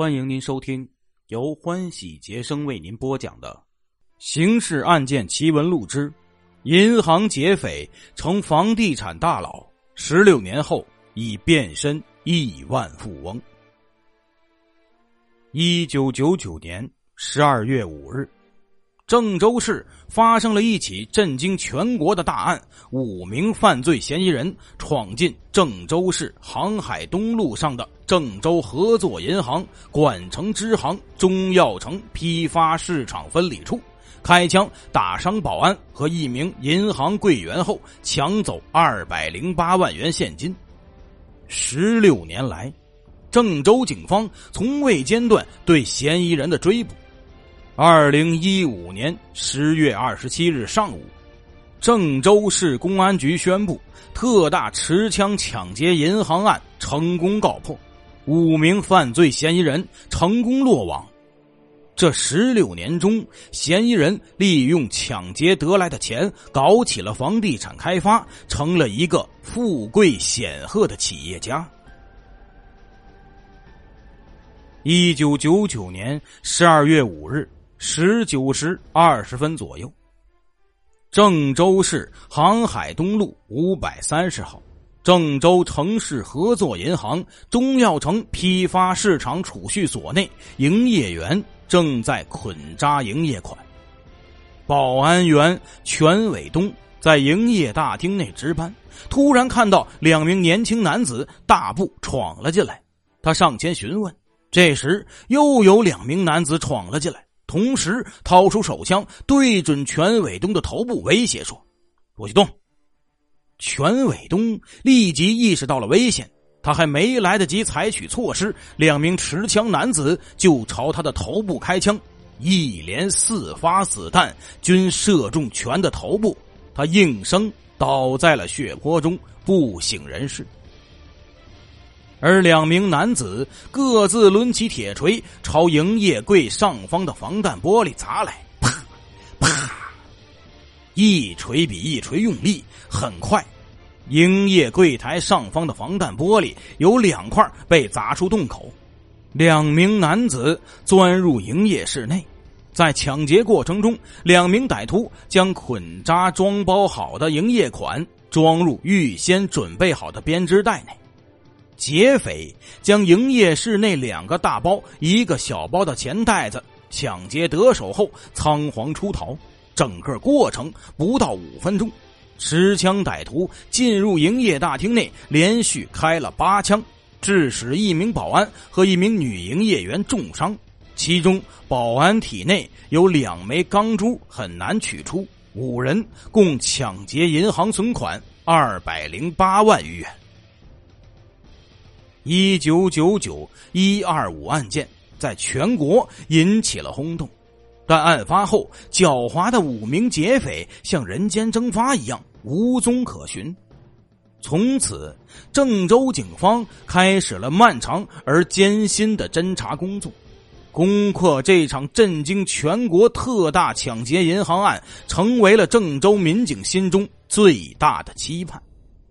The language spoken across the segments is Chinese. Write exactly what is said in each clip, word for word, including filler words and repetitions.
欢迎您收听由欢喜杰生为您播讲的《刑事案件奇闻录之银行劫匪成房地产大佬，十六年后已变身亿万富翁》。一九九九年十二月五日，郑州市发生了一起震惊全国的大案，五名犯罪嫌疑人闯进郑州市航海东路上的郑州合作银行管城支行中药城批发市场分理处，开枪打伤保安和一名银行柜员后，抢走二百零八万元现金。十六年来，郑州警方从未间断对嫌疑人的追捕。二零一五年十月二十七日上午，郑州市公安局宣布，特大持枪抢劫银行案成功告破，五名犯罪嫌疑人成功落网。这十六年中，嫌疑人利用抢劫得来的钱搞起了房地产开发，成了一个富贵显赫的企业家。一九九九年十二月五日十九时二十分左右，郑州市航海东路五百三十号，郑州城市合作银行中药城批发市场储蓄所内，营业员正在捆扎营业款。保安员全伟东在营业大厅内值班，突然看到两名年轻男子大步闯了进来，他上前询问。这时又有两名男子闯了进来，同时掏出手枪对准全伟东的头部威胁说：不许动。全伟东立即意识到了危险，他还没来得及采取措施，两名持枪男子就朝他的头部开枪，一连四发子弹均射中全的头部，他应声倒在了血泊中，不省人事。而两名男子各自抡起铁锤朝营业柜上方的防弹玻璃砸来，啪啪，一锤比一锤用力，很快营业柜台上方的防弹玻璃有两块被砸出洞口。两名男子钻入营业室内，在抢劫过程中，两名歹徒将捆扎装包好的营业款装入预先准备好的编织袋内。劫匪将营业室内两个大包一个小包的钱袋子抢劫得手后仓皇出逃，整个过程不到五分钟，持枪歹徒进入营业大厅内，连续开了八枪，致使一名保安和一名女营业员重伤，其中保安体内有两枚钢珠很难取出，五人共抢劫银行存款二百零八万余元。一九九九一二五案件在全国引起了轰动，但案发后，狡猾的五名劫匪像人间蒸发一样无踪可寻。从此，郑州警方开始了漫长而艰辛的侦查工作，攻克这场震惊全国特大抢劫银行案，成为了郑州民警心中最大的期盼。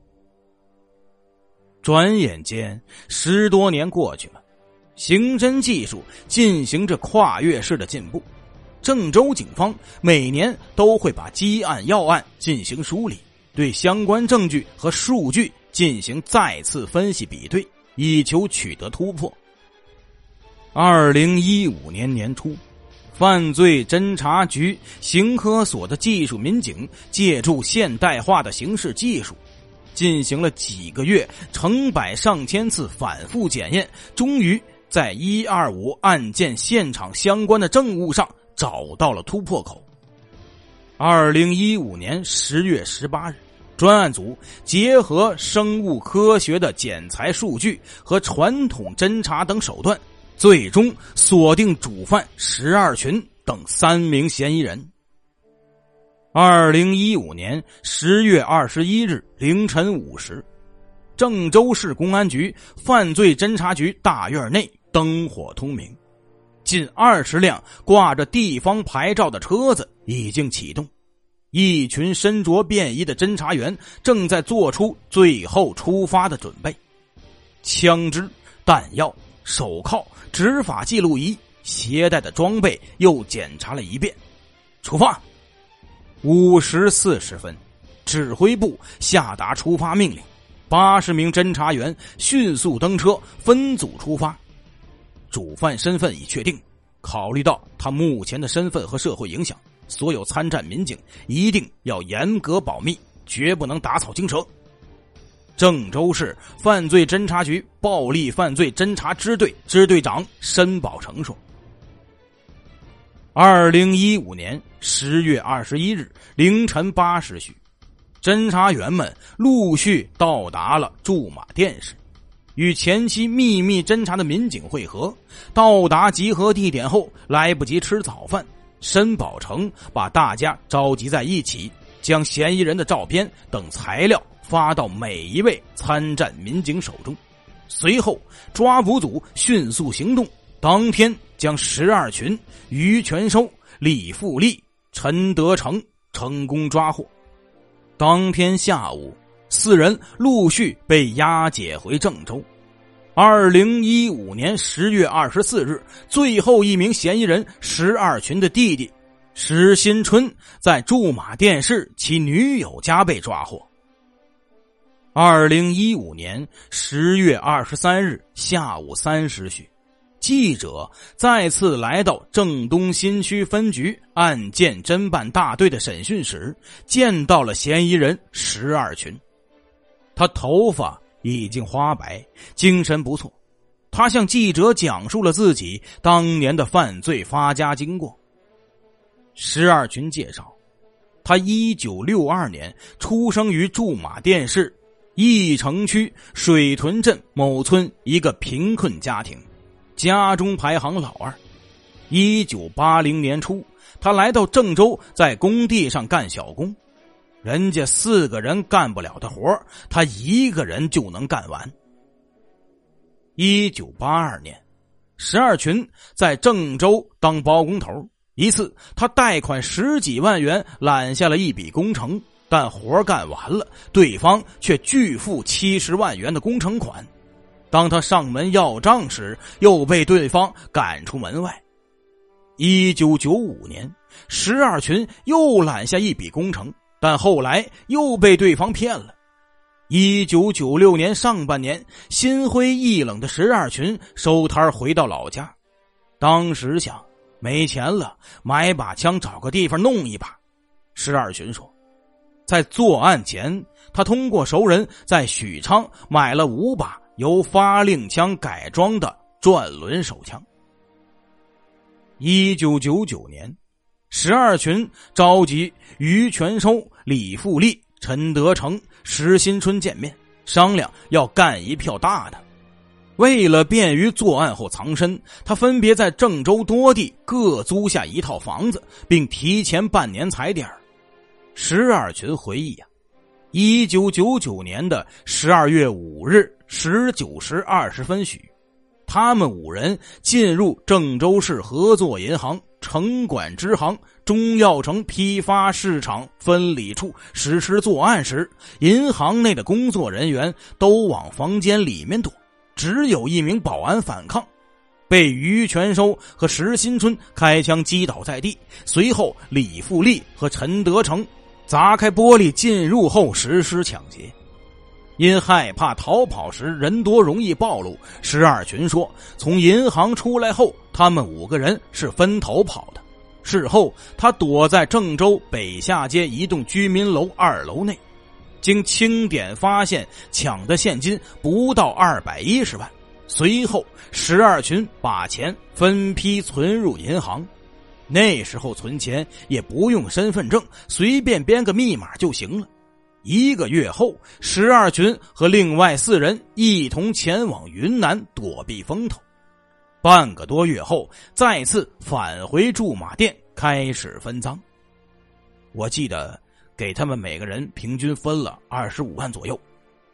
转眼间十多年过去了，刑侦技术进行着跨越式的进步。郑州警方每年都会把积案要案进行梳理，对相关证据和数据进行再次分析比对，以求取得突破。二零一五年年初，犯罪侦查局刑科所的技术民警借助现代化的刑事技术，进行了几个月成百上千次反复检验，终于在一二五案件现场相关的证物上找到了突破口。二零一五年十月十八日，专案组结合生物科学的检材数据和传统侦查等手段，最终锁定主犯石二群等三名嫌疑人。二零一五年十月二十一日凌晨五时，郑州市公安局犯罪侦查局大院内灯火通明，近二十辆挂着地方牌照的车子已经启动，一群身着便衣的侦查员正在做出最后出发的准备。枪支、弹药、 手铐、执法记录仪、携带的装备又检查了一遍。出发。午时四十分，指挥部下达出发命令，八十名侦查员迅速登车，分组出发。主犯身份已确定，考虑到他目前的身份和社会影响，所有参战民警一定要严格保密，绝不能打草惊蛇。郑州市犯罪侦查局暴力犯罪侦查支队支队长申宝成说，二零一五年十月二十一日凌晨八时许，侦查员们陆续到达了驻马店市，与前期秘密侦查的民警会合。到达集合地点后，来不及吃早饭，申宝成把大家召集在一起，将嫌疑人的照片等材料发到每一位参战民警手中。随后抓捕组迅速行动，当天将十二群、于全收、李富利、陈德成成功抓获。当天下午，四人陆续被押解回郑州。二零一五年十月二十四日，最后一名嫌疑人十二群的弟弟石新春在驻马店市其女友家被抓获。二零一五年十月二十三日下午三时许，记者再次来到郑东新区分局案件侦办大队的审讯室，见到了嫌疑人石二群。他头发已经花白，精神不错。他向记者讲述了自己当年的犯罪发家经过。石二群介绍，他一九六二年出生于驻马店市义城区水屯镇某村一个贫困家庭，家中排行老二。一九八零年初，他来到郑州，在工地上干小工。人家四个人干不了的活，他一个人就能干完。一九八二年，石二群在郑州当包工头。一次，他贷款十几万元揽下了一笔工程，但活干完了，对方却拒付七十万元的工程款。当他上门要账时，又被对方赶出门外。一九九五年，石二群又揽下一笔工程，但后来又被对方骗了。一九九六年上半年，心灰意冷的石二群收摊回到老家。当时想，没钱了，买把枪找个地方弄一把。石二群说，在作案前，他通过熟人在许昌买了五把由发令枪改装的转轮手枪。一九九九年，石二群召集于全收、李富利、陈德成、石新春见面，商量要干一票大的。为了便于作案后藏身，他分别在郑州多地各租下一套房子，并提前半年踩点。石二群回忆啊，一九九九年的十二月五日十九时二十分许，他们五人进入郑州市合作银行城管支行中药城批发市场分理处实施作案时，银行内的工作人员都往房间里面躲，只有一名保安反抗，被于全收和石新春开枪击倒在地。随后李富利和陈德成砸开玻璃进入后实施抢劫。因害怕逃跑时人多容易暴露，石二群说，从银行出来后，他们五个人是分头跑的。事后他躲在郑州北下街一栋居民楼二楼内，经清点发现抢的现金不到二百一十万。随后石二群把钱分批存入银行。那时候存钱也不用身份证，随便编个密码就行了。一个月后，石二群和另外四人一同前往云南躲避风头。半个多月后，再次返回驻马店开始分赃。我记得给他们每个人平均分了二十五万左右。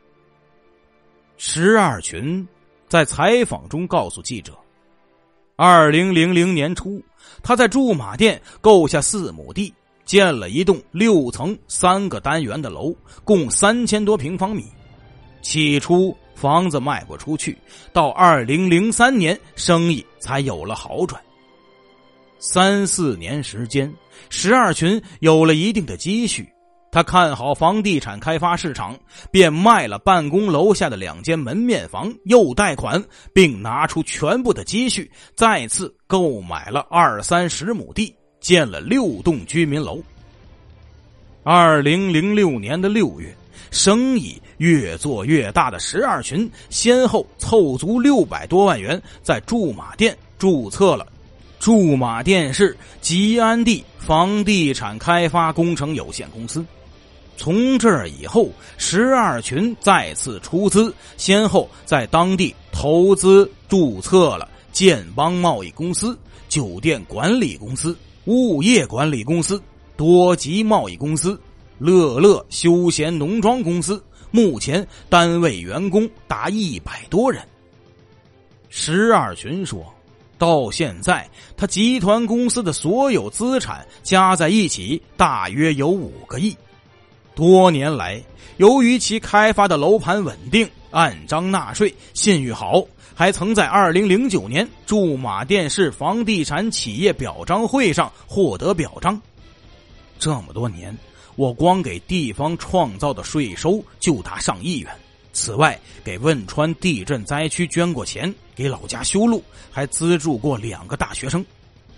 石二群在采访中告诉记者，二零零零年初，他在驻马店购下四亩地，建了一栋六层三个单元的楼，共三千多平方米。起初房子卖不出去，到二零零三年生意才有了好转。三四年时间，石二群有了一定的积蓄，他看好房地产开发市场，便卖了办公楼下的两间门面房，又贷款，并拿出全部的积蓄，再次购买了二三十亩地，建了六栋居民楼。二零零六年的六月，生意越做越大的石二群先后凑足六百多万元，在驻马店注册了驻马店市吉安地房地产开发工程有限公司。从这以后，石二群再次出资，先后在当地投资注册了建邦贸易公司、酒店管理公司、物业管理公司、多吉贸易公司、乐乐休闲农庄公司，目前单位员工达一百多人。石二群说，到现在他集团公司的所有资产加在一起大约有五个亿。多年来，由于其开发的楼盘稳定，按章纳税，信誉好，还曾在二零零九年驻马店市房地产企业表彰会上获得表彰。这么多年，我光给地方创造的税收就达上亿元，此外给汶川地震灾区捐过钱，给老家修路，还资助过两个大学生。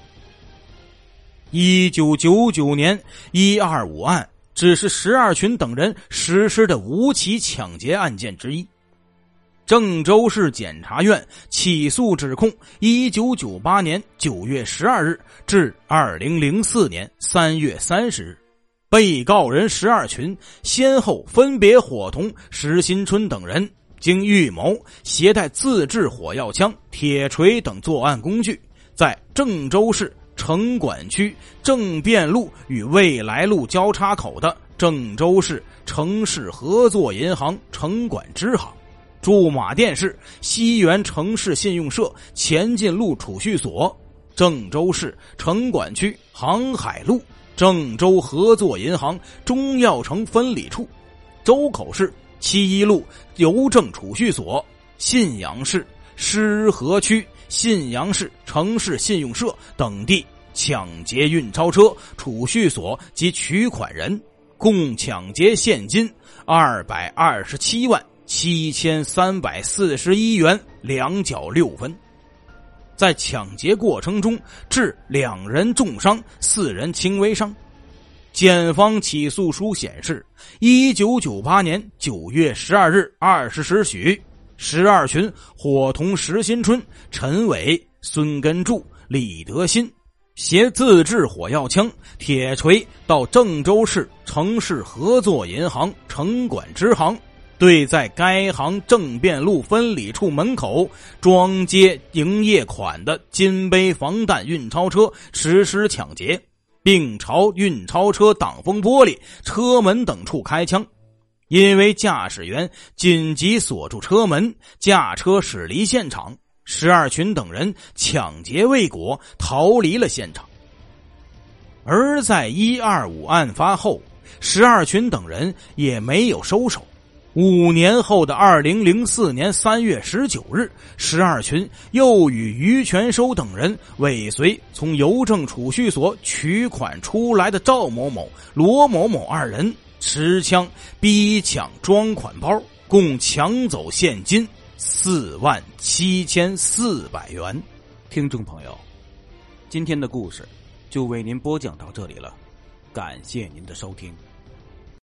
一九九九年一二五案只是石二群等人实施的五起抢劫案件之一。郑州市检察院起诉指控一九九八年九月十二日至二零零四年三月三十日，被告人石二群先后分别伙同石新春等人，经预谋携带自制火药枪、铁锤等作案工具，在郑州市城管区政变路与未来路交叉口的郑州市城市合作银行城管支行、驻马店市西园城市信用社前进路储蓄所、郑州市城管区航海路郑州合作银行中药城分理处、周口市七一路邮政储蓄所、信阳市狮河区信阳市城市信用社等地抢劫运钞车、储蓄所及取款人，共抢劫现金二百二十七万七千三百四十一元两角六分。在抢劫过程中致两人重伤，四人轻微伤。检方起诉书显示，一九九八年九月十二日二十时许，石二群伙同石新春、陈伟、孙根柱、李德新携自制火药枪、铁锤到郑州市城市合作银行城管支行，对在该行政变路分理处门口装接营业款的金杯防弹运钞车实施抢劫，并朝运钞车挡风玻璃、车门等处开枪。因为驾驶员紧急锁住车门，驾车驶离现场，石二群等人抢劫未果，逃离了现场。而在一二五案发后，石二群等人也没有收手。五年后的二零零四年三月十九日，石二群又与于全收等人尾随从邮政储蓄所取款出来的赵某某、罗某某二人，持枪逼抢装款包，共抢走现金四万七千四百元。 听众朋友，今天的故事就为您播讲到这里了，感谢您的收听。